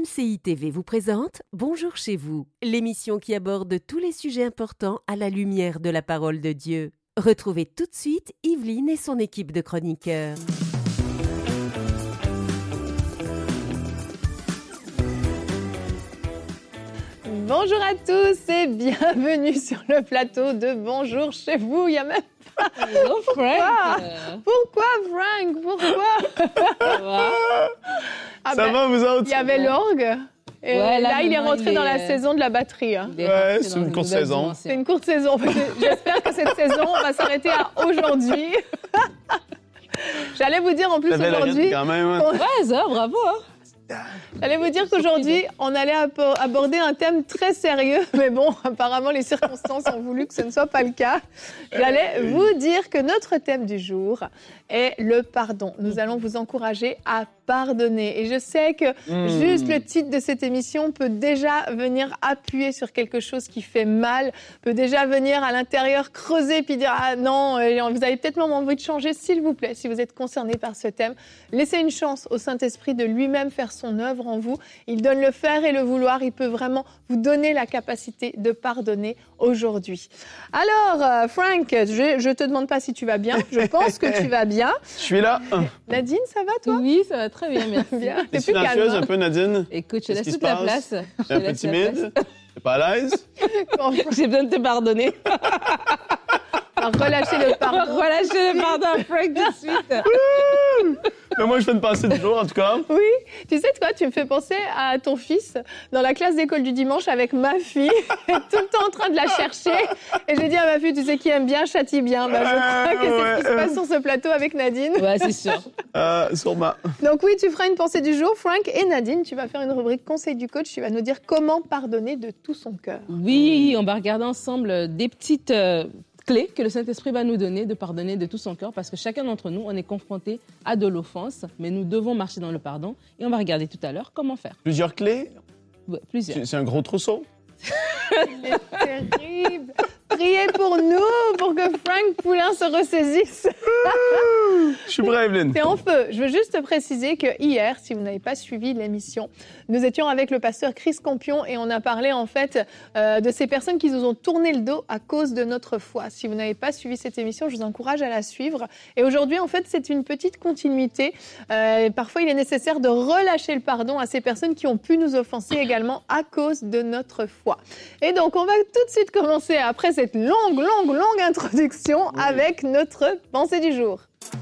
MCI TV vous présente Bonjour chez vous, l'émission qui aborde tous les sujets importants à la lumière de la parole de Dieu. Retrouvez tout de suite Yveline et son équipe de chroniqueurs. Bonjour à tous et bienvenue sur le plateau de Bonjour chez vous. Il y a même pas... Hello, Frank. Pourquoi Frank? Pourquoi? Ça va, vous autres? Il y avait l'orgue. Et Ouais, là, il est maintenant, rentré dans la saison de la batterie. Hein. Ouais, c'est une courte saison. C'est une courte saison. J'espère que cette saison va s'arrêter à aujourd'hui. J'allais vous dire en plus aujourd'hui... quand même. Hein. Ouais, ça, bravo. Hein. J'allais vous dire qu'aujourd'hui, on allait aborder un thème très sérieux, mais bon, apparemment, les circonstances ont voulu que ce ne soit pas le cas. J'allais vous dire que notre thème du jour est le pardon. Nous allons vous encourager à pardonner. Et je sais que juste le titre de cette émission peut déjà venir appuyer sur quelque chose qui fait mal, peut déjà venir à l'intérieur creuser puis dire « Ah non, vous avez peut-être même envie de changer, s'il vous plaît, si vous êtes concerné par ce thème. » Laissez une chance au Saint-Esprit de lui-même faire son œuvre en vous. Il donne le faire et le vouloir. Il peut vraiment vous donner la capacité de pardonner aujourd'hui. Alors, Frank, je te demande pas si tu vas bien. Je pense que tu vas bien. Je suis là. Nadine, ça va toi? Oui, ça va très bien, merci. Bien. T'es silencieuse un peu, Nadine? Écoute, je te Qu'est-ce laisse qui toute se la passe? place. T'es un peu timide? T'es pas à l'aise? J'ai besoin de te pardonner. Relâchez le pardon. Relâchez le pardon à Frank tout de suite. Mais moi, je fais une pensée du jour, en tout cas. Oui, tu sais de quoi? Tu me fais penser à ton fils dans la classe d'école du dimanche avec ma fille, tout le temps en train de la chercher. Et j'ai dit à ma fille, tu sais qui aime bien, châtie bien. Bah, je crois que c'est ce qui se passe sur ce plateau avec Nadine. Ouais, c'est sûr. Sûrement. Donc oui, tu feras une pensée du jour, Frank. Et Nadine, tu vas faire une rubrique conseil du coach. Tu vas nous dire comment pardonner de tout son cœur. Oui, on va regarder ensemble des petites clés que le Saint-Esprit va nous donner de pardonner de tout son cœur, parce que chacun d'entre nous, on est confronté à de l'offense, mais nous devons marcher dans le pardon. Et on va regarder tout à l'heure comment faire. Plusieurs clés? Ouais, plusieurs. C'est un gros trousseau? C'est terrible. Priez pour nous, pour que Frank Poulin se ressaisisse. Je suis prêt, Evelyne. C'est en feu. Je veux juste te préciser que hier, si vous n'avez pas suivi l'émission, nous étions avec le pasteur Chris Campion et on a parlé en fait de ces personnes qui nous ont tourné le dos à cause de notre foi. Si vous n'avez pas suivi cette émission, je vous encourage à la suivre. Et aujourd'hui, en fait, c'est une petite continuité. Parfois, il est nécessaire de relâcher le pardon à ces personnes qui ont pu nous offenser également à cause de notre foi. Et donc, on va tout de suite commencer après cette longue introduction avec notre pensée du jour.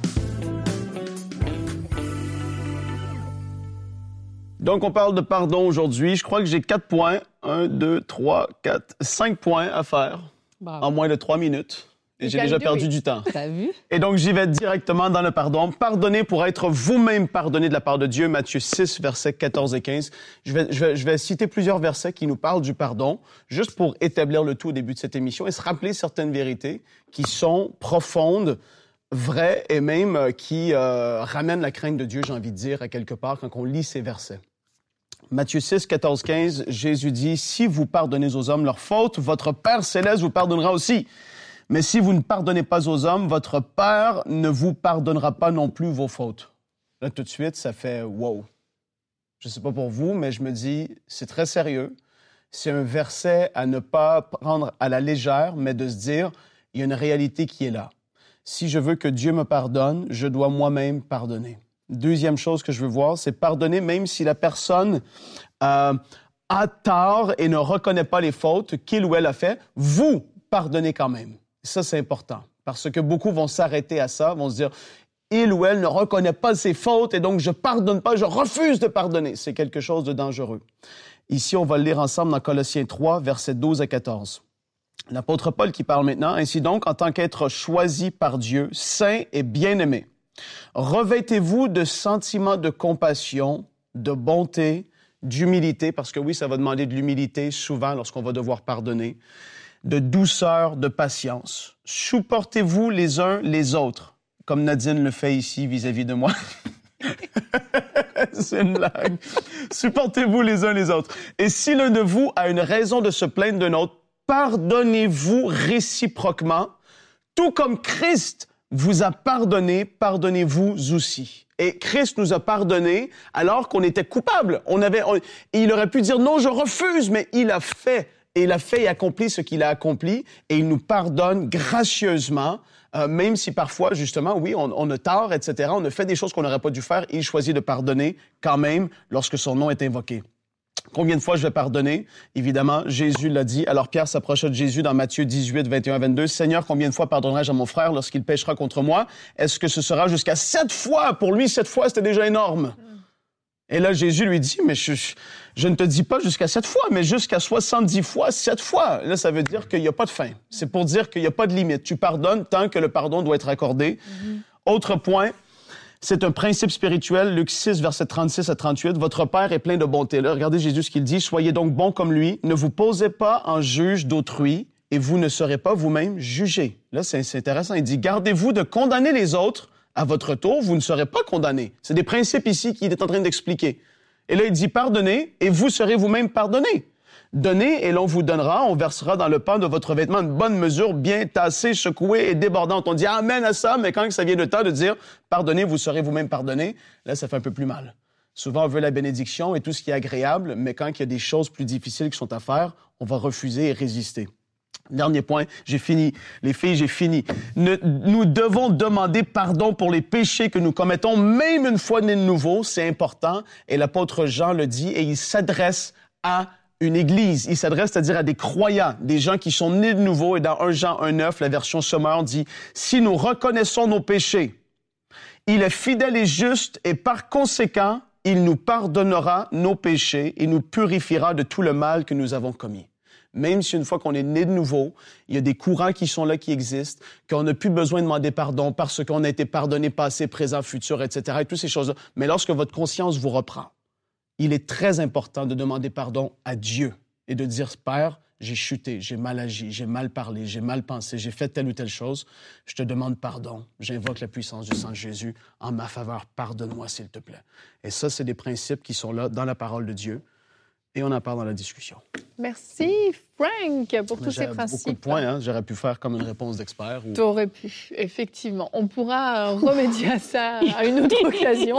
Donc, on parle de pardon aujourd'hui. Je crois que j'ai 4 points. 1, 2, 3, 4, 5 points à faire en moins de 3 minutes. Et j'ai déjà perdu du temps. T'as vu? Et donc, j'y vais directement dans le pardon. Pardonnez pour être vous-même pardonné de la part de Dieu. Matthieu 6, versets 14 et 15. Je vais citer plusieurs versets qui nous parlent du pardon, juste pour établir le tout au début de cette émission et se rappeler certaines vérités qui sont profondes, vraies et même qui ramènent la crainte de Dieu, j'ai envie de dire, à quelque part, quand on lit ces versets. Matthieu 6, 14, 15, Jésus dit « Si vous pardonnez aux hommes leurs fautes, votre Père céleste vous pardonnera aussi. Mais si vous ne pardonnez pas aux hommes, votre Père ne vous pardonnera pas non plus vos fautes. » Là, tout de suite, ça fait « wow ». Je ne sais pas pour vous, mais je me dis, c'est très sérieux. C'est un verset à ne pas prendre à la légère, mais de se dire, il y a une réalité qui est là. Si je veux que Dieu me pardonne, je dois moi-même pardonner. Deuxième chose que je veux voir, c'est pardonner même si la personne a tort et ne reconnaît pas les fautes qu'il ou elle a fait. Vous pardonnez quand même. Ça, c'est important parce que beaucoup vont s'arrêter à ça, vont se dire, il ou elle ne reconnaît pas ses fautes et donc je pardonne pas, je refuse de pardonner. C'est quelque chose de dangereux. Ici, on va le lire ensemble dans Colossiens 3, versets 12 à 14. L'apôtre Paul qui parle maintenant. Ainsi donc, en tant qu'être choisi par Dieu, saint et bien-aimé, revêtez-vous de sentiments de compassion, de bonté, d'humilité, parce que oui, ça va demander de l'humilité souvent lorsqu'on va devoir pardonner, de douceur, de patience. Supportez-vous les uns les autres, comme Nadine le fait ici vis-à-vis de moi. C'est une blague. Supportez-vous les uns les autres. Et si l'un de vous a une raison de se plaindre d'un autre, pardonnez-vous réciproquement, tout comme Christ vous a pardonné, pardonnez-vous aussi. Et Christ nous a pardonné alors qu'on était coupable. Et il aurait pu dire non, je refuse, mais il a fait. Et il a fait et accompli ce qu'il a accompli. Et il nous pardonne gracieusement, même si parfois, justement, oui, on a tort, etc. On a fait des choses qu'on n'aurait pas dû faire. Il choisit de pardonner quand même lorsque son nom est invoqué. Combien de fois je vais pardonner? Évidemment, Jésus l'a dit. Alors Pierre s'approcha de Jésus dans Matthieu 18, 21, 22. « Seigneur, combien de fois pardonnerai-je à mon frère lorsqu'il péchera contre moi? Est-ce que ce sera jusqu'à 7 fois? » Pour lui, 7 fois, c'était déjà énorme. Et là, Jésus lui dit, « Mais je ne te dis pas jusqu'à 7 fois, mais jusqu'à 70 fois, 7 fois. » Là, ça veut dire qu'il n'y a pas de fin. C'est pour dire qu'il n'y a pas de limite. Tu pardonnes tant que le pardon doit être accordé. Autre point, c'est un principe spirituel, Luc 6, versets 36 à 38. « Votre Père est plein de bonté. » Là, regardez Jésus ce qu'il dit. « Soyez donc bons comme lui. Ne vous posez pas en juge d'autrui et vous ne serez pas vous-même jugés. » Là, c'est intéressant. Il dit, « Gardez-vous de condamner les autres. À votre tour, vous ne serez pas condamnés. » C'est des principes ici qu'il est en train d'expliquer. Et là, il dit, « Pardonnez et vous serez vous-même pardonnés. Donnez et l'on vous donnera. On versera dans le pan de votre vêtement une bonne mesure, bien tassée, secouée et débordante. » On dit « Amen » à ça, mais quand ça vient le temps de dire « Pardonnez, vous serez vous-même pardonnés », là, ça fait un peu plus mal. Souvent, on veut la bénédiction et tout ce qui est agréable, mais quand il y a des choses plus difficiles qui sont à faire, on va refuser et résister. Dernier point, j'ai fini. Les filles, j'ai fini. Nous devons demander pardon pour les péchés que nous commettons, même une fois nés de nouveau. C'est important. Et l'apôtre Jean le dit, et il s'adresse à une église. Il s'adresse, c'est-à-dire à des croyants, des gens qui sont nés de nouveau. Et dans 1 Jean 1,9, la version Sommaire dit, « Si nous reconnaissons nos péchés, il est fidèle et juste, et par conséquent, il nous pardonnera nos péchés et nous purifiera de tout le mal que nous avons commis. » Même si une fois qu'on est né de nouveau, il y a des courants qui sont là, qui existent, qu'on n'a plus besoin de demander pardon parce qu'on a été pardonné passé, présent, futur, etc. et toutes ces choses-là. Mais lorsque votre conscience vous reprend, il est très important de demander pardon à Dieu et de dire, « Père, j'ai chuté, j'ai mal agi, j'ai mal parlé, j'ai mal pensé, j'ai fait telle ou telle chose. Je te demande pardon. J'invoque la puissance du sang de Jésus en ma faveur. Pardonne-moi, s'il te plaît. » Et ça, c'est des principes qui sont là dans la parole de Dieu. Et on en parle dans la discussion. Merci, Frank, pour tous ces principes. Beaucoup de points, hein? J'aurais pu faire comme une réponse d'expert. Ou... T'aurais pu, effectivement. On pourra remédier à ça à une autre occasion.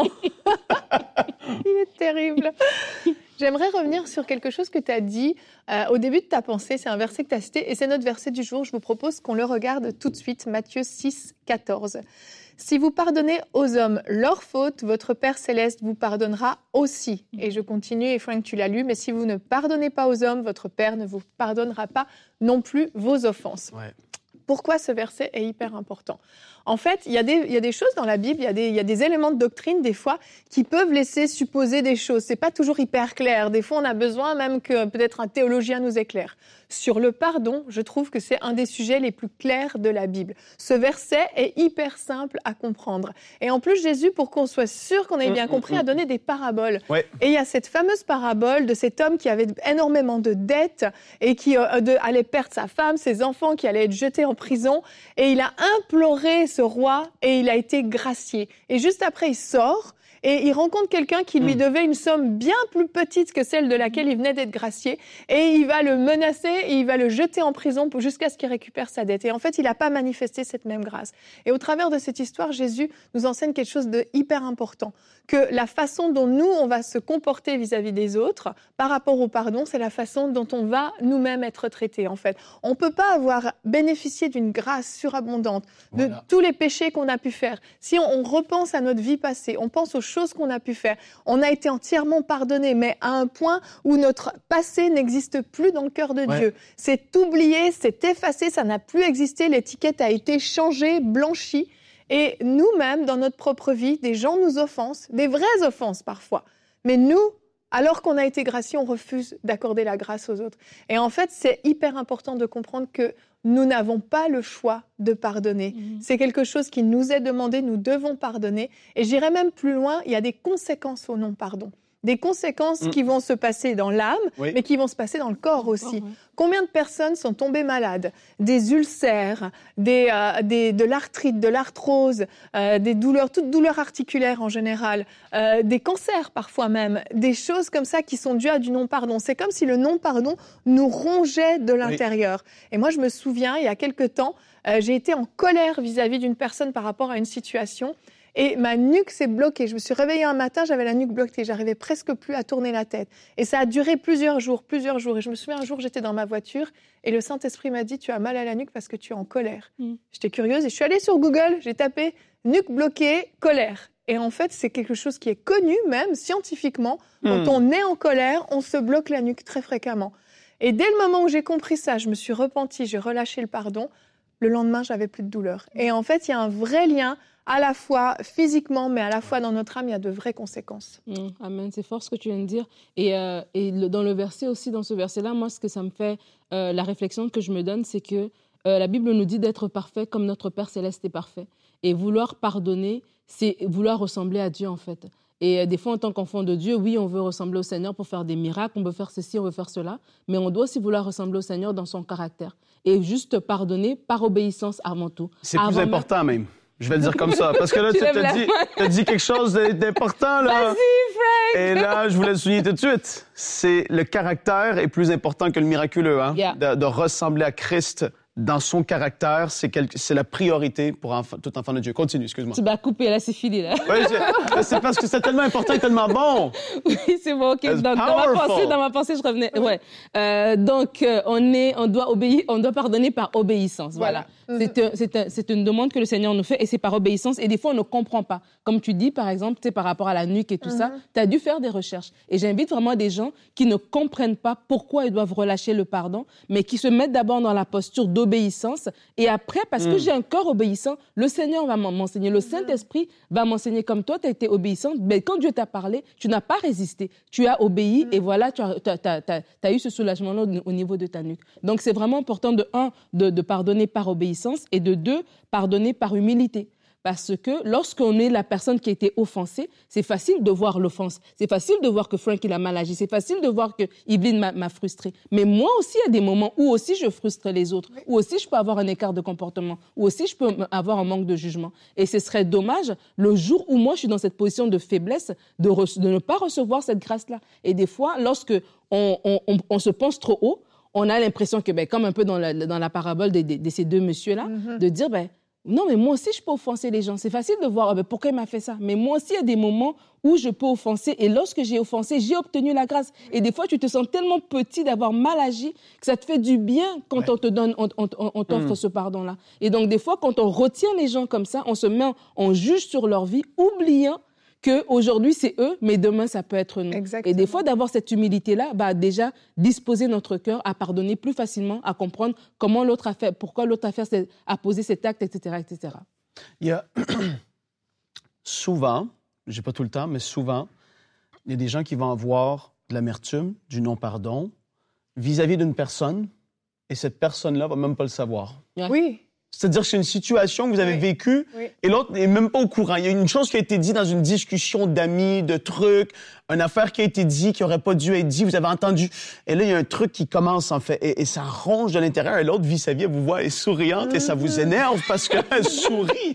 Il est terrible. J'aimerais revenir sur quelque chose que tu as dit au début de ta pensée. C'est un verset que tu as cité et c'est notre verset du jour. Je vous propose qu'on le regarde tout de suite. Matthieu 6, 14. Si vous pardonnez aux hommes leurs fautes, votre Père Céleste vous pardonnera aussi. Et je continue, et Frank, tu l'as lu, mais si vous ne pardonnez pas aux hommes, votre Père ne vous pardonnera pas non plus vos offenses. Ouais. Pourquoi ce verset est hyper important? En fait, il y a des choses dans la Bible, il y a des éléments de doctrine, des fois, qui peuvent laisser supposer des choses. C'est pas toujours hyper clair. Des fois, on a besoin même que peut-être un théologien nous éclaire. Sur le pardon, je trouve que c'est un des sujets les plus clairs de la Bible. Ce verset est hyper simple à comprendre. Et en plus, Jésus, pour qu'on soit sûr qu'on ait bien compris, a donné des paraboles. Ouais. Et il y a cette fameuse parabole de cet homme qui avait énormément de dettes et qui allait perdre sa femme, ses enfants, qui allaient être jetés en prison. Et il a imploré ce roi et il a été gracié. Et juste après, il sort et il rencontre quelqu'un qui lui devait une somme bien plus petite que celle de laquelle il venait d'être gracié. Et il va le menacer et il va le jeter en prison jusqu'à ce qu'il récupère sa dette. Et en fait, il n'a pas manifesté cette même grâce. Et au travers de cette histoire, Jésus nous enseigne quelque chose de hyper important. Que la façon dont nous, on va se comporter vis-à-vis des autres, par rapport au pardon, c'est la façon dont on va nous-mêmes être traités, en fait. On ne peut pas avoir bénéficié d'une grâce surabondante, de tous les péchés qu'on a pu faire. Si on repense à notre vie passée, on pense aux choses qu'on a pu faire, on a été entièrement pardonné, mais à un point où notre passé n'existe plus dans le cœur de Dieu. C'est oublié, c'est effacé, ça n'a plus existé, l'étiquette a été changée, blanchie. Et nous-mêmes, dans notre propre vie, des gens nous offensent, des vraies offenses parfois. Mais nous, alors qu'on a été graciés, on refuse d'accorder la grâce aux autres. Et en fait, c'est hyper important de comprendre que nous n'avons pas le choix de pardonner. C'est quelque chose qui nous est demandé, nous devons pardonner. Et j'irai même plus loin, il y a des conséquences au non-pardon. Des conséquences qui vont se passer dans l'âme, mais qui vont se passer dans le corps aussi. Combien de personnes sont tombées malades? Des ulcères, de l'arthrite, de l'arthrose, des douleurs, toutes douleurs articulaires en général, des cancers parfois même, des choses comme ça qui sont dues à du non-pardon. C'est comme si le non-pardon nous rongeait de l'intérieur. Et moi, je me souviens, il y a quelque temps, j'ai été en colère vis-à-vis d'une personne par rapport à une situation. et ma nuque s'est bloquée. Je me suis réveillée un matin, j'avais la nuque bloquée, j'arrivais presque plus à tourner la tête. Et ça a duré plusieurs jours. Et je me souviens, un jour, j'étais dans ma voiture et le Saint-Esprit m'a dit « Tu as mal à la nuque parce que tu es en colère ». J'étais curieuse et je suis allée sur Google, j'ai tapé « nuque bloquée, colère ». Et en fait, c'est quelque chose qui est connu même scientifiquement. Quand on est en colère, on se bloque la nuque très fréquemment. Et dès le moment où j'ai compris ça, je me suis repentie, j'ai relâché le pardon. Le lendemain, j'avais plus de douleur. Et en fait, il y a un vrai lien, à la fois physiquement, mais à la fois dans notre âme, il y a de vraies conséquences. Amen, c'est fort ce que tu viens de dire. Dans le verset aussi, dans ce verset-là, moi, ce que ça me fait, la réflexion que je me donne, c'est que la Bible nous dit d'être parfait comme notre Père Céleste est parfait. Et vouloir pardonner, c'est vouloir ressembler à Dieu, en fait. Et des fois, en tant qu'enfant de Dieu, oui, on veut ressembler au Seigneur pour faire des miracles, on veut faire ceci, on veut faire cela, mais on doit aussi vouloir ressembler au Seigneur dans son caractère. Et juste pardonner par obéissance avant tout. C'est plus important même. Je vais le dire comme ça. Parce que là, tu as dit quelque chose d'important. Là. Vas-y, Frank! Et là, je voulais le souligner tout de suite. C'est le caractère est plus important que le miraculeux. Hein? Yeah. De ressembler à Christ dans son caractère, c'est la priorité pour tout enfant de Dieu. Continue, excuse-moi. Tu m'as coupé, là, c'est fini, là. Oui, c'est parce que c'est tellement important et tellement bon. Oui, c'est bon, OK. Donc, dans ma pensée, je revenais. Ouais. Donc, on doit obéir, on doit pardonner par obéissance. Voilà. C'est une demande que le Seigneur nous fait et c'est par obéissance. Et des fois, on ne comprend pas. Comme tu dis, par exemple, par rapport à la nuque et tout ça, tu as dû faire des recherches. Et j'invite vraiment des gens qui ne comprennent pas pourquoi ils doivent relâcher le pardon, mais qui se mettent d'abord dans la posture d'obéissance. Et après, parce que j'ai un cœur obéissant, le Seigneur va m'enseigner. Le Saint-Esprit va m'enseigner comme toi, tu as été obéissante. Mais quand Dieu t'a parlé, tu n'as pas résisté. Tu as obéi et voilà, tu as eu ce soulagement-là au niveau de ta nuque. Donc, c'est vraiment important, de pardonner par obéissance et de deux, pardonner par humilité. Parce que lorsqu'on est la personne qui a été offensée, c'est facile de voir l'offense. C'est facile de voir que Frank, il a mal agi. C'est facile de voir que Yveline m'a frustrée. Mais moi aussi, il y a des moments où aussi je frustre les autres, où aussi je peux avoir un écart de comportement, où aussi je peux avoir un manque de jugement. Et ce serait dommage le jour où moi, je suis dans cette position de faiblesse, de ne pas recevoir cette grâce-là. Et des fois, lorsque on se pense trop haut, on a l'impression que, comme un peu dans la parabole de ces deux messieurs-là, de dire, non, mais moi aussi, je peux offenser les gens. C'est facile de voir pourquoi il m'a fait ça. Mais moi aussi, il y a des moments où je peux offenser. Et lorsque j'ai offensé, j'ai obtenu la grâce. Et des fois, tu te sens tellement petit d'avoir mal agi que ça te fait du bien quand on t'offre ce pardon-là. Et donc, des fois, quand on retient les gens comme ça, on juge sur leur vie, oubliant qu'aujourd'hui, c'est eux, mais demain, ça peut être nous. Exactement. Et des fois, d'avoir cette humilité-là, déjà disposer notre cœur à pardonner plus facilement, à comprendre comment l'autre a fait, pourquoi l'autre a posé cet acte, etc., etc. Il y a souvent, j'ai pas tout le temps, mais souvent, il y a des gens qui vont avoir de l'amertume, du non-pardon, vis-à-vis d'une personne, et cette personne-là va même pas le savoir. Oui. C'est-à-dire que c'est une situation que vous avez vécue et l'autre n'est même pas au courant. Il y a une chose qui a été dite dans une discussion d'amis, de trucs, une affaire qui a été dite qui n'aurait pas dû être dite, vous avez entendu. Et là, il y a un truc qui commence, en fait, et ça ronge de l'intérieur. Et l'autre vit sa vie, elle vous voit, elle est souriante et ça vous énerve parce qu'elle sourit.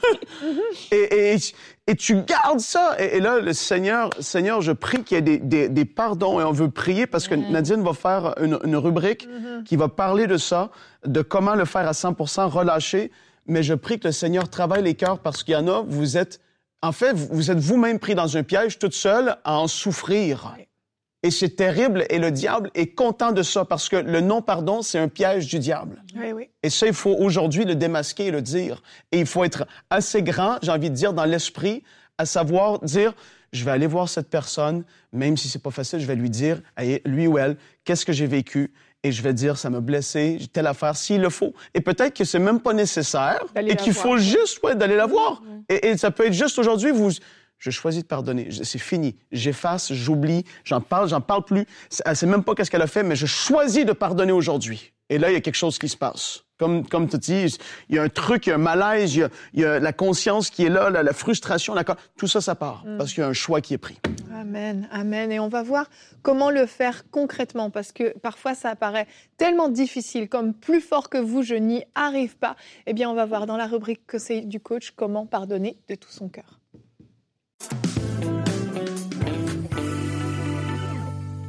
Et tu gardes ça. Et là, le Seigneur, je prie qu'il y ait des pardons. Et on veut prier parce que Nadine va faire une rubrique qui va parler de ça, de comment le faire à 100%, relâcher. Mais je prie que le Seigneur travaille les cœurs parce qu'il y en a, vous êtes vous-même pris dans un piège toute seule à en souffrir. Et c'est terrible, et le diable est content de ça, parce que le non-pardon, c'est un piège du diable. Oui. Et ça, il faut aujourd'hui le démasquer et le dire. Et il faut être assez grand, j'ai envie de dire, dans l'esprit, à savoir dire, je vais aller voir cette personne, même si c'est pas facile, je vais lui dire, hey, lui ou elle, qu'est-ce que j'ai vécu? Et je vais dire, ça m'a blessé, telle affaire, s'il le faut. Et peut-être que c'est même pas nécessaire, et qu'il faut juste d'aller la voir. Et ça peut être juste aujourd'hui, je choisis de pardonner. C'est fini. J'efface, j'oublie, j'en parle plus. Elle sait même pas qu'est-ce qu'elle a fait, mais je choisis de pardonner aujourd'hui. Et là, il y a quelque chose qui se passe. Comme tu dis, il y a un truc, il y a un malaise, il y a la conscience qui est là, la frustration, tout ça, ça part. Parce qu'il y a un choix qui est pris. Amen, amen. Et on va voir comment le faire concrètement, parce que parfois, ça apparaît tellement difficile, comme plus fort que vous, je n'y arrive pas. Eh bien, on va voir dans la rubrique Conseil du coach comment pardonner de tout son cœur.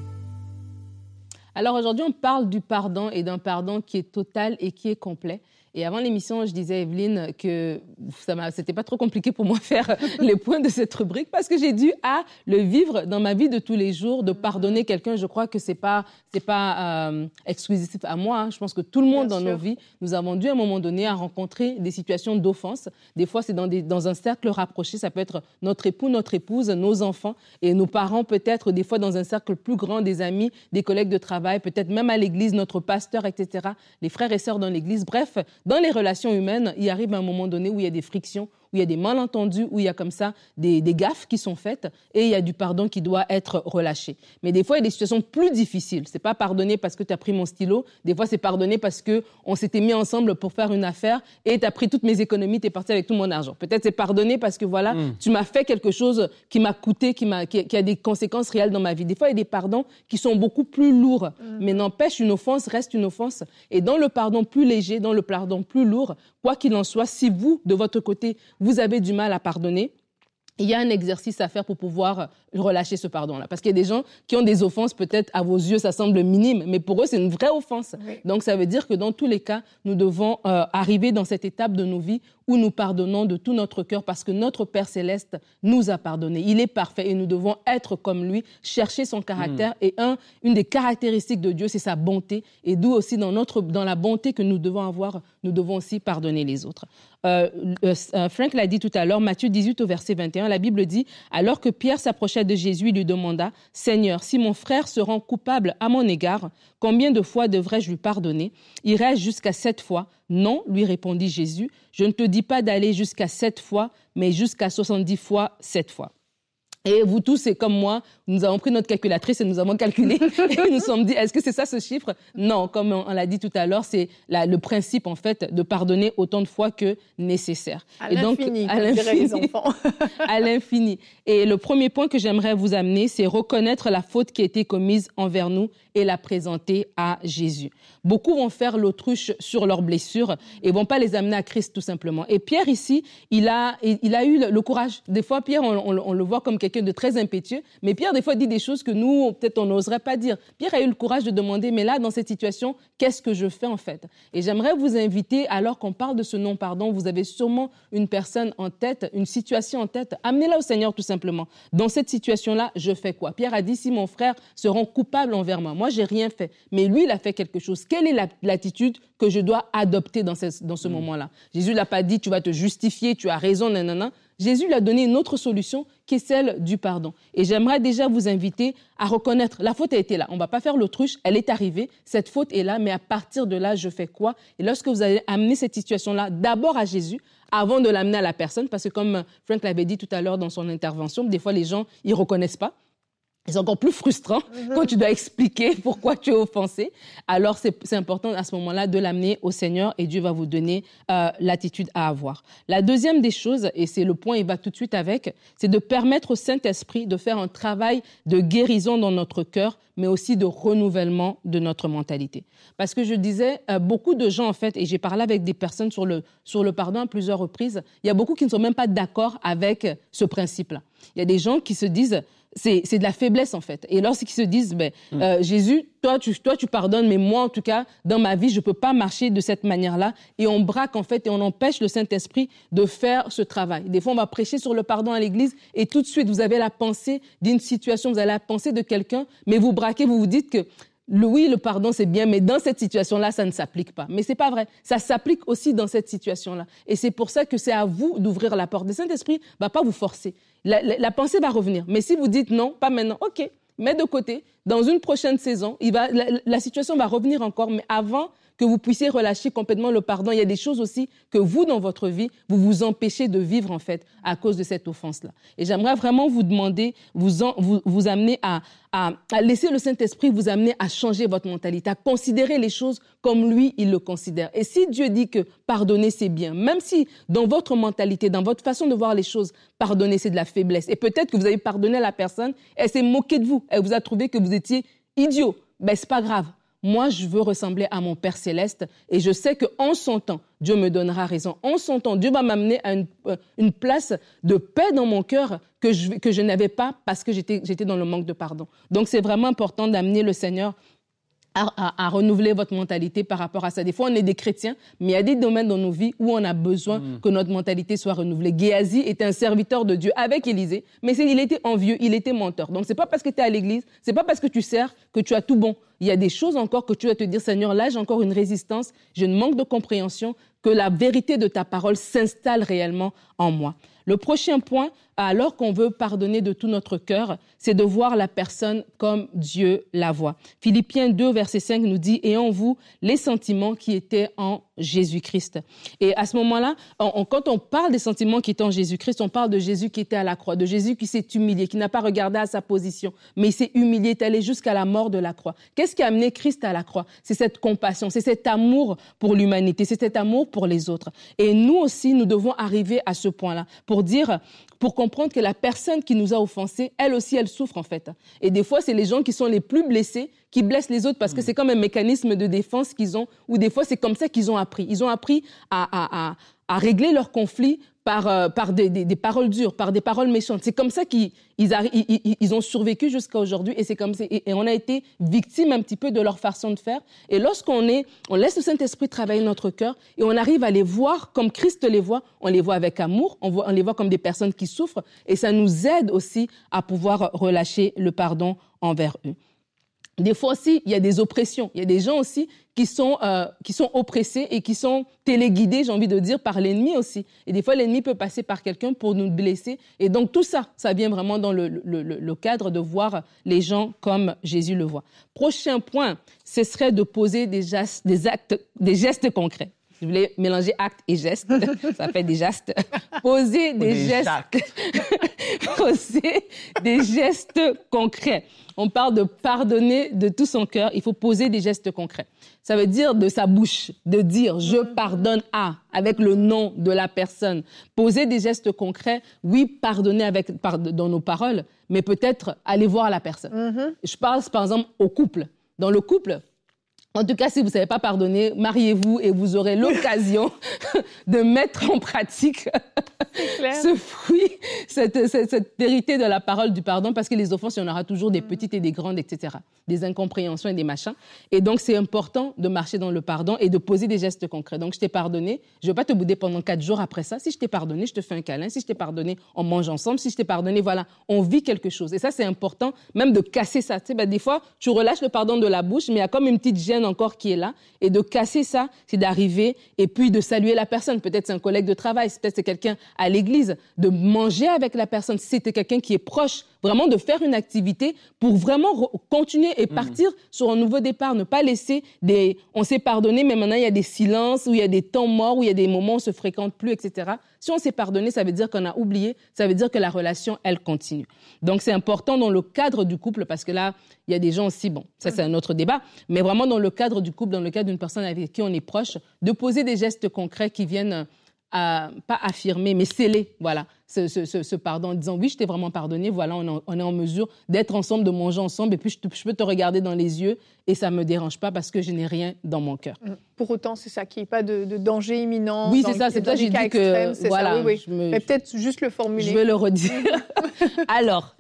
Alors aujourd'hui, on parle du pardon et d'un pardon qui est total et qui est complet. Et avant l'émission, je disais à Evelyne que c'était pas trop compliqué pour moi faire les points de cette rubrique parce que j'ai dû le vivre dans ma vie de tous les jours, de pardonner quelqu'un. Je crois que c'est pas exclusif à moi. Hein. Je pense que tout le monde dans nos vies, nous avons dû à un moment donné à rencontrer des situations d'offense. Des fois, c'est dans un cercle rapproché. Ça peut être notre époux, notre épouse, nos enfants et nos parents peut-être, des fois dans un cercle plus grand, des amis, des collègues de travail, peut-être même à l'église, notre pasteur, etc., les frères et sœurs dans l'église. Bref, dans les relations humaines, il arrive à un moment donné où il y a des frictions, où il y a des malentendus, où il y a comme ça des gaffes qui sont faites et il y a du pardon qui doit être relâché. Mais des fois, il y a des situations plus difficiles. C'est pas pardonner parce que tu as pris mon stylo. Des fois, c'est pardonner parce que on s'était mis ensemble pour faire une affaire et tu as pris toutes mes économies, tu es parti avec tout mon argent. Peut-être c'est pardonner parce que voilà, tu m'as fait quelque chose qui m'a coûté, qui a des conséquences réelles dans ma vie. Des fois, il y a des pardons qui sont beaucoup plus lourds. Mais n'empêche, une offense reste une offense. Et dans le pardon plus léger, dans le pardon plus lourd, quoi qu'il en soit, si vous, de votre côté, vous avez du mal à pardonner, il y a un exercice à faire pour pouvoir relâcher ce pardon-là. Parce qu'il y a des gens qui ont des offenses, peut-être à vos yeux, ça semble minime, mais pour eux, c'est une vraie offense. Oui. Donc, ça veut dire que dans tous les cas, nous devons arriver dans cette étape de nos vies où nous pardonnons de tout notre cœur parce que notre Père Céleste nous a pardonné. Il est parfait et nous devons être comme lui, chercher son caractère. Et une des caractéristiques de Dieu, c'est sa bonté. Et d'où aussi, dans la bonté que nous devons avoir, nous devons aussi pardonner les autres. Frank l'a dit tout à l'heure, Matthieu 18 au verset 21, la Bible dit « Alors que Pierre s'approchait de Jésus, il lui demanda « Seigneur, si mon frère se rend coupable à mon égard, combien de fois devrais-je lui pardonner? Irai-je jusqu'à 7 fois? » « Non, lui répondit Jésus, je ne te dis pas d'aller jusqu'à 7 fois, mais jusqu'à 70 fois 7 fois. » Et vous tous, c'est comme moi, nous avons pris notre calculatrice et nous avons calculé et nous nous sommes dit, est-ce que c'est ça ce chiffre? Non, comme on l'a dit tout à l'heure, c'est le principe en fait de pardonner autant de fois que nécessaire. À l'infini, comme diraient les enfants. À l'infini. Et le premier point que j'aimerais vous amener, c'est reconnaître la faute qui a été commise envers nous et la présenter à Jésus. Beaucoup vont faire l'autruche sur leurs blessures et vont pas les amener à Christ tout simplement. Et Pierre ici, il a eu le courage. Des fois, Pierre, on le voit comme quelqu'un de très impétueux, mais Pierre, des fois, dit des choses que nous, peut-être, on n'oserait pas dire. Pierre a eu le courage de demander, mais là, dans cette situation, qu'est-ce que je fais, en fait? Et j'aimerais vous inviter, alors qu'on parle de ce non-pardon, vous avez sûrement une personne en tête, une situation en tête, amenez-la au Seigneur, tout simplement. Dans cette situation-là, je fais quoi? Pierre a dit, si mon frère se rend coupable envers moi, moi, j'ai rien fait, mais lui, il a fait quelque chose. Quelle est l'attitude que je dois adopter dans ce moment-là? Jésus l'a pas dit, tu vas te justifier, tu as raison, nanana. Jésus lui a donné une autre solution qui est celle du pardon. Et j'aimerais déjà vous inviter à reconnaître, la faute a été là. On ne va pas faire l'autruche, elle est arrivée, cette faute est là, mais à partir de là, je fais quoi? Et lorsque vous allez amener cette situation-là d'abord à Jésus, avant de l'amener à la personne, parce que comme Frank l'avait dit tout à l'heure dans son intervention, des fois les gens, ils ne reconnaissent pas. C'est encore plus frustrant quand tu dois expliquer pourquoi tu es offensé. Alors, c'est important à ce moment-là de l'amener au Seigneur et Dieu va vous donner l'attitude à avoir. La deuxième des choses, et c'est le point, il va tout de suite avec, c'est de permettre au Saint-Esprit de faire un travail de guérison dans notre cœur, mais aussi de renouvellement de notre mentalité. Parce que je disais, beaucoup de gens, en fait, et j'ai parlé avec des personnes sur le pardon à plusieurs reprises, il y a beaucoup qui ne sont même pas d'accord avec ce principe-là. Il y a des gens qui se disent, c'est de la faiblesse, en fait. Et lorsqu'ils se disent, Jésus, toi, tu pardonnes, mais moi, en tout cas, dans ma vie, je ne peux pas marcher de cette manière-là. Et on braque, en fait, et on empêche le Saint-Esprit de faire ce travail. Des fois, on va prêcher sur le pardon à l'église et tout de suite, vous avez la pensée d'une situation, vous avez la pensée de quelqu'un, mais vous braquez, vous vous dites que oui, le pardon, c'est bien, mais dans cette situation-là, ça ne s'applique pas. Mais c'est pas vrai. Ça s'applique aussi dans cette situation-là. Et c'est pour ça que c'est à vous d'ouvrir la porte. Le Saint-Esprit va pas vous forcer. La pensée va revenir. Mais si vous dites non, pas maintenant, OK, mets de côté. Dans une prochaine saison, la situation va revenir encore. Mais avant que vous puissiez relâcher complètement le pardon, il y a des choses aussi que vous, dans votre vie, vous vous empêchez de vivre, en fait, à cause de cette offense-là. Et j'aimerais vraiment vous demander, vous amener à laisser le Saint-Esprit vous amener à changer votre mentalité, à considérer les choses comme lui, il le considère. Et si Dieu dit que pardonner, c'est bien, même si dans votre mentalité, dans votre façon de voir les choses, pardonner, c'est de la faiblesse. Et peut-être que vous avez pardonné à la personne, elle s'est moquée de vous, elle vous a trouvé que vous étiez idiot. Ben, c'est pas grave. Moi, je veux ressembler à mon Père Céleste et je sais qu'en son temps, Dieu me donnera raison. En son temps, Dieu va m'amener à une place de paix dans mon cœur que je n'avais pas parce que j'étais dans le manque de pardon. Donc, c'est vraiment important d'amener le Seigneur à renouveler votre mentalité par rapport à ça. Des fois, on est des chrétiens, mais il y a des domaines dans nos vies où on a besoin que notre mentalité soit renouvelée. Géasi était un serviteur de Dieu avec Élisée, mais il était envieux, il était menteur. Donc, c'est pas parce que tu es à l'église, c'est pas parce que tu sers que tu as tout bon. Il y a des choses encore que tu dois te dire, Seigneur, là, j'ai encore une résistance, j'ai un manque de compréhension, que la vérité de ta parole s'installe réellement en moi. Le prochain point, alors qu'on veut pardonner de tout notre cœur, c'est de voir la personne comme Dieu la voit. Philippiens 2, verset 5 nous dit « Et en vous, les sentiments qui étaient en Jésus-Christ ». Et à ce moment-là, quand on parle des sentiments qui étaient en Jésus-Christ, on parle de Jésus qui était à la croix, de Jésus qui s'est humilié, qui n'a pas regardé à sa position, mais il s'est humilié, est allé jusqu'à la mort de la croix. Qu'est-ce qui a amené Christ à la croix? C'est cette compassion, c'est cet amour pour l'humanité, c'est cet amour pour les autres. Et nous aussi, nous devons arriver à ce point-là pour comprendre que la personne qui nous a offensés, elle aussi, elle souffre en fait. Et des fois, c'est les gens qui sont les plus blessés qui blessent les autres parce que c'est comme un mécanisme de défense qu'ils ont, ou des fois, c'est comme ça qu'ils ont appris. Ils ont appris à régler leurs conflits par des paroles dures, par des paroles méchantes. C'est comme ça qu'ils ont survécu jusqu'à aujourd'hui et c'est comme ça. Et on a été victime un petit peu de leur façon de faire. Et lorsqu'on laisse le Saint-Esprit travailler notre cœur et on arrive à les voir comme Christ les voit, on les voit avec amour, on les voit comme des personnes qui souffrent et ça nous aide aussi à pouvoir relâcher le pardon envers eux. Des fois aussi, il y a des oppressions. Il y a des gens aussi qui sont oppressés et qui sont téléguidés, j'ai envie de dire, par l'ennemi aussi. Et des fois, l'ennemi peut passer par quelqu'un pour nous blesser. Et donc, tout ça, ça vient vraiment dans le cadre de voir les gens comme Jésus le voit. Prochain point, ce serait de poser des gestes concrets. Je voulais mélanger actes et gestes. Ça fait des gestes. Poser des gestes. Poser des gestes concrets. On parle de pardonner de tout son cœur. Il faut poser des gestes concrets. Ça veut dire de sa bouche, de dire « je pardonne à » avec le nom de la personne. Poser des gestes concrets, oui, pardonner dans nos paroles, mais peut-être aller voir la personne. Je parle par exemple au couple. Dans le couple, en tout cas, si vous ne savez pas pardonner, mariez-vous et vous aurez l'occasion de mettre en pratique ce fruit, cette vérité de la parole du pardon, parce que les offenses, il y en aura toujours des petites et des grandes, etc., des incompréhensions et des machins. Et donc, c'est important de marcher dans le pardon et de poser des gestes concrets. Donc, je t'ai pardonné, je ne vais pas te bouder pendant 4 jours après ça. Si je t'ai pardonné, je te fais un câlin. Si je t'ai pardonné, on mange ensemble. Si je t'ai pardonné, voilà, on vit quelque chose. Et ça, c'est important, même de casser ça. Tu sais, des fois, tu relâches le pardon de la bouche, mais il y a comme une petite gêne encore qui est là. Et de casser ça, c'est d'arriver et puis de saluer la personne. Peut-être c'est un collègue de travail, peut-être c'est quelqu'un à l'église, de manger avec la personne. Si c'était quelqu'un qui est proche, vraiment de faire une activité pour vraiment continuer et partir sur un nouveau départ. Ne pas laisser on s'est pardonné, mais maintenant il y a des silences, où il y a des temps morts, où il y a des moments où on se fréquente plus, etc. Si on s'est pardonné, ça veut dire qu'on a oublié, ça veut dire que la relation, elle continue. Donc c'est important dans le cadre du couple, parce que là, il y a des gens aussi, bon, ça c'est un autre débat, mais vraiment dans le cadre du couple, dans le cadre d'une personne avec qui on est proche, de poser des gestes concrets qui viennent pas affirmer, mais sceller, voilà, ce pardon, en disant oui, je t'ai vraiment pardonné, voilà, on est en mesure d'être ensemble, de manger ensemble, et puis je peux te regarder dans les yeux et ça ne me dérange pas parce que je n'ai rien dans mon cœur. Pour autant, c'est ça, qu'il n'y ait pas de danger imminent. Oui, c'est ça, c'est pour ça que j'ai dit que, voilà. Ça, oui. Mais peut-être juste le formuler. Je vais le redire. Alors,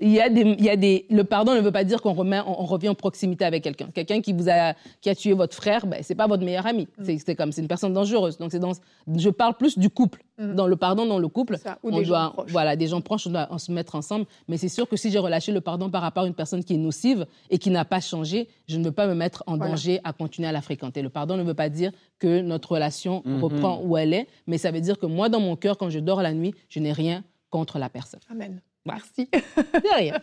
le pardon ne veut pas dire qu'on revient en proximité avec quelqu'un. Quelqu'un qui a tué votre frère, c'est pas votre meilleur ami. C'est une personne dangereuse. Donc, je parle plus du couple. Dans le pardon, dans le couple, ça, ou des gens proches. Voilà, des gens proches, on doit se mettre ensemble. Mais c'est sûr que si j'ai relâché le pardon par rapport à une personne qui est nocive et qui n'a pas changé, je ne veux pas me mettre en danger à continuer à la fréquenter. Le pardon ne veut pas dire que notre relation reprend où elle est, mais ça veut dire que moi, dans mon cœur, quand je dors la nuit, je n'ai rien contre la personne. Amen. Voilà. Merci. De rien.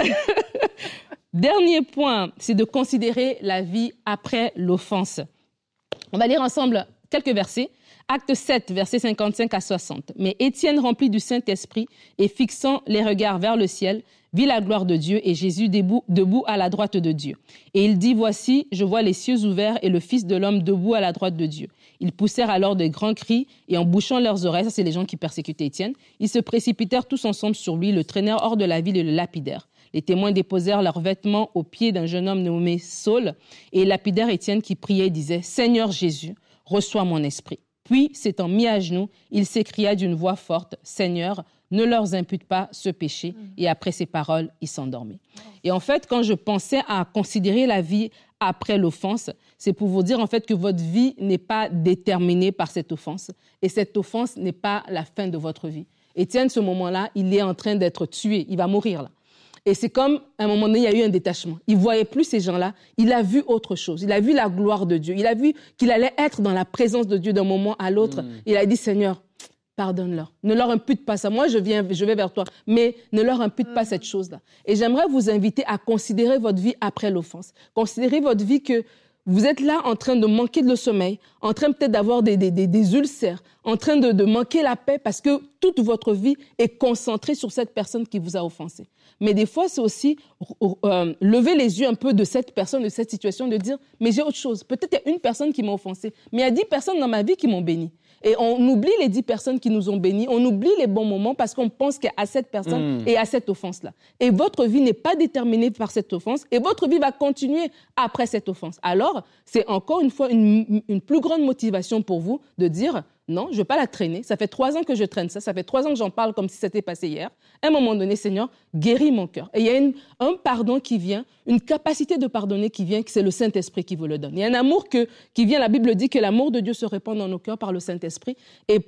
Dernier point, c'est de considérer la vie après l'offense. On va lire ensemble quelques versets. Acte 7, versets 55 à 60. Mais Étienne, rempli du Saint-Esprit et fixant les regards vers le ciel, vit la gloire de Dieu et Jésus debout à la droite de Dieu. Et il dit, voici, je vois les cieux ouverts et le Fils de l'homme debout à la droite de Dieu. Ils poussèrent alors de grands cris et en bouchant leurs oreilles, ça c'est les gens qui persécutaient Étienne, ils se précipitèrent tous ensemble sur lui, le traînèrent hors de la ville et le lapidèrent. Les témoins déposèrent leurs vêtements aux pieds d'un jeune homme nommé Saul et lapidèrent Étienne qui priait et disait, Seigneur Jésus, reçois mon esprit. Puis, s'étant mis à genoux, il s'écria d'une voix forte, « Seigneur, ne leur impute pas ce péché. Et après ces paroles, il s'endormit. Et en fait, quand je pensais à considérer la vie après l'offense, c'est pour vous dire en fait que votre vie n'est pas déterminée par cette offense. Et cette offense n'est pas la fin de votre vie. Étienne, ce moment-là, il est en train d'être tué. Il va mourir là. Et c'est comme, à un moment donné, il y a eu un détachement. Il ne voyait plus ces gens-là. Il a vu autre chose. Il a vu la gloire de Dieu. Il a vu qu'il allait être dans la présence de Dieu d'un moment à l'autre. Il a dit, Seigneur, pardonne-leur. Ne leur impute pas ça. Moi, je vais vers toi. Mais ne leur impute pas cette chose-là. Et j'aimerais vous inviter à considérer votre vie après l'offense. Considérez votre vie que vous êtes là en train de manquer de sommeil, en train peut-être d'avoir des ulcères, en train de manquer la paix parce que toute votre vie est concentrée sur cette personne qui vous a offensé. Mais des fois, c'est aussi lever les yeux un peu de cette personne, de cette situation, de dire « mais j'ai autre chose. Peut-être il y a une personne qui m'a offensé, mais il y a 10 personnes dans ma vie qui m'ont béni. » Et on oublie les 10 personnes qui nous ont bénis, on oublie les bons moments parce qu'on pense qu'à cette personne et à cette offense-là. Et votre vie n'est pas déterminée par cette offense et votre vie va continuer après cette offense. Alors, c'est encore une fois une plus grande motivation pour vous de dire non, je ne vais pas la traîner. Ça fait 3 ans que je traîne ça. Ça fait 3 ans que j'en parle comme si c'était passé hier. À un moment donné, Seigneur, guéris mon cœur. Et il y a un pardon qui vient, une capacité de pardonner qui vient, que c'est le Saint-Esprit qui vous le donne. Il y a un amour qui vient, la Bible dit que l'amour de Dieu se répand dans nos cœurs par le Saint-Esprit. Et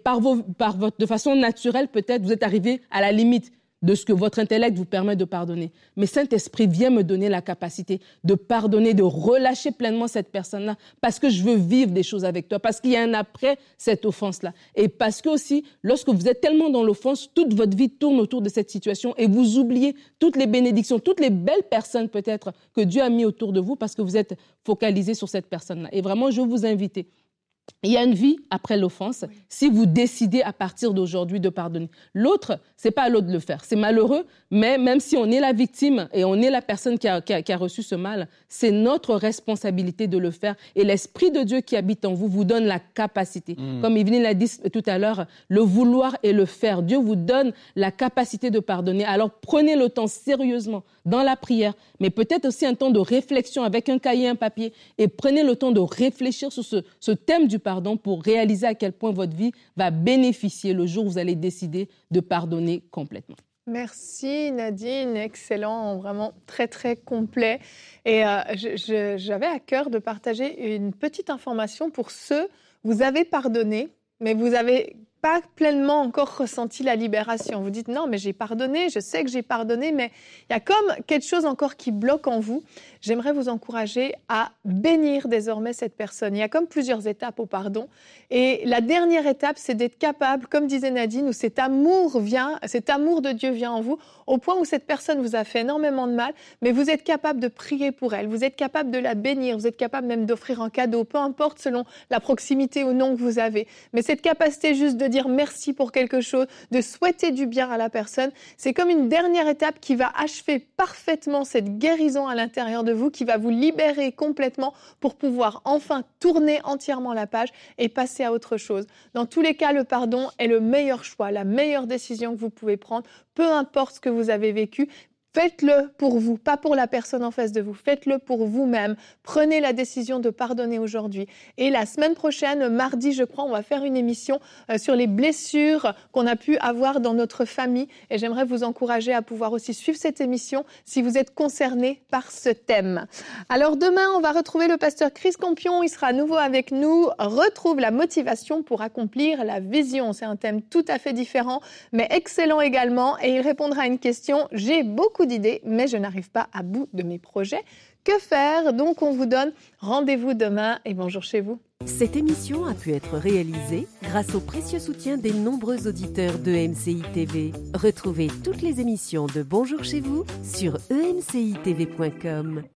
de façon naturelle, peut-être, vous êtes arrivé à la limite de ce que votre intellect vous permet de pardonner. Mais Saint-Esprit vient me donner la capacité de pardonner, de relâcher pleinement cette personne-là, parce que je veux vivre des choses avec toi, parce qu'il y a un après cette offense-là. Et parce que aussi, lorsque vous êtes tellement dans l'offense, toute votre vie tourne autour de cette situation et vous oubliez toutes les bénédictions, toutes les belles personnes peut-être que Dieu a mis autour de vous parce que vous êtes focalisé sur cette personne-là. Et vraiment, je veux vous inviter. Il y a une vie après l'offense si vous décidez à partir d'aujourd'hui de pardonner. L'autre, c'est pas à l'autre de le faire. C'est malheureux, mais même si on est la victime et on est la personne qui a reçu ce mal, c'est notre responsabilité de le faire. Et l'Esprit de Dieu qui habite en vous vous donne la capacité. Comme Yveline l'a dit tout à l'heure, le vouloir et le faire. Dieu vous donne la capacité de pardonner. Alors prenez le temps sérieusement dans la prière, mais peut-être aussi un temps de réflexion avec un cahier, un papier, et prenez le temps de réfléchir sur ce thème du pardon pour réaliser à quel point votre vie va bénéficier le jour où vous allez décider de pardonner complètement. Merci Nadine, excellent, vraiment très très complet. Et j'avais à cœur de partager une petite information pour ceux, vous avez pardonné, mais vous avez pas pleinement encore ressenti la libération. Vous dites non, mais j'ai pardonné, je sais que j'ai pardonné, mais il y a comme quelque chose encore qui bloque en vous. J'aimerais vous encourager à bénir désormais cette personne. Il y a comme plusieurs étapes au pardon. Et la dernière étape, c'est d'être capable, comme disait Nadine, où cet amour de Dieu vient en vous, au point où cette personne vous a fait énormément de mal, mais vous êtes capable de prier pour elle, vous êtes capable de la bénir, vous êtes capable même d'offrir un cadeau, peu importe selon la proximité ou non que vous avez. Mais cette capacité juste de dire merci pour quelque chose, de souhaiter du bien à la personne, c'est comme une dernière étape qui va achever parfaitement cette guérison à l'intérieur de vous, qui va vous libérer complètement pour pouvoir enfin tourner entièrement la page et passer à autre chose. Dans tous les cas, le pardon est le meilleur choix, la meilleure décision que vous pouvez prendre, peu importe ce que vous avez vécu. Faites-le pour vous, pas pour la personne en face de vous. Faites-le pour vous-même. Prenez la décision de pardonner aujourd'hui. Et la semaine prochaine, mardi, je crois, on va faire une émission sur les blessures qu'on a pu avoir dans notre famille. Et j'aimerais vous encourager à pouvoir aussi suivre cette émission si vous êtes concerné par ce thème. Alors demain, on va retrouver le pasteur Chris Campion. Il sera à nouveau avec nous. Retrouve la motivation pour accomplir la vision. C'est un thème tout à fait différent, mais excellent également. Et il répondra à une question. J'ai beaucoup d'idées, mais je n'arrive pas à bout de mes projets. Que faire? Donc, on vous donne rendez-vous demain et bonjour chez vous. Cette émission a pu être réalisée grâce au précieux soutien des nombreux auditeurs de MCI TV. Retrouvez toutes les émissions de Bonjour chez vous sur emcitv.com.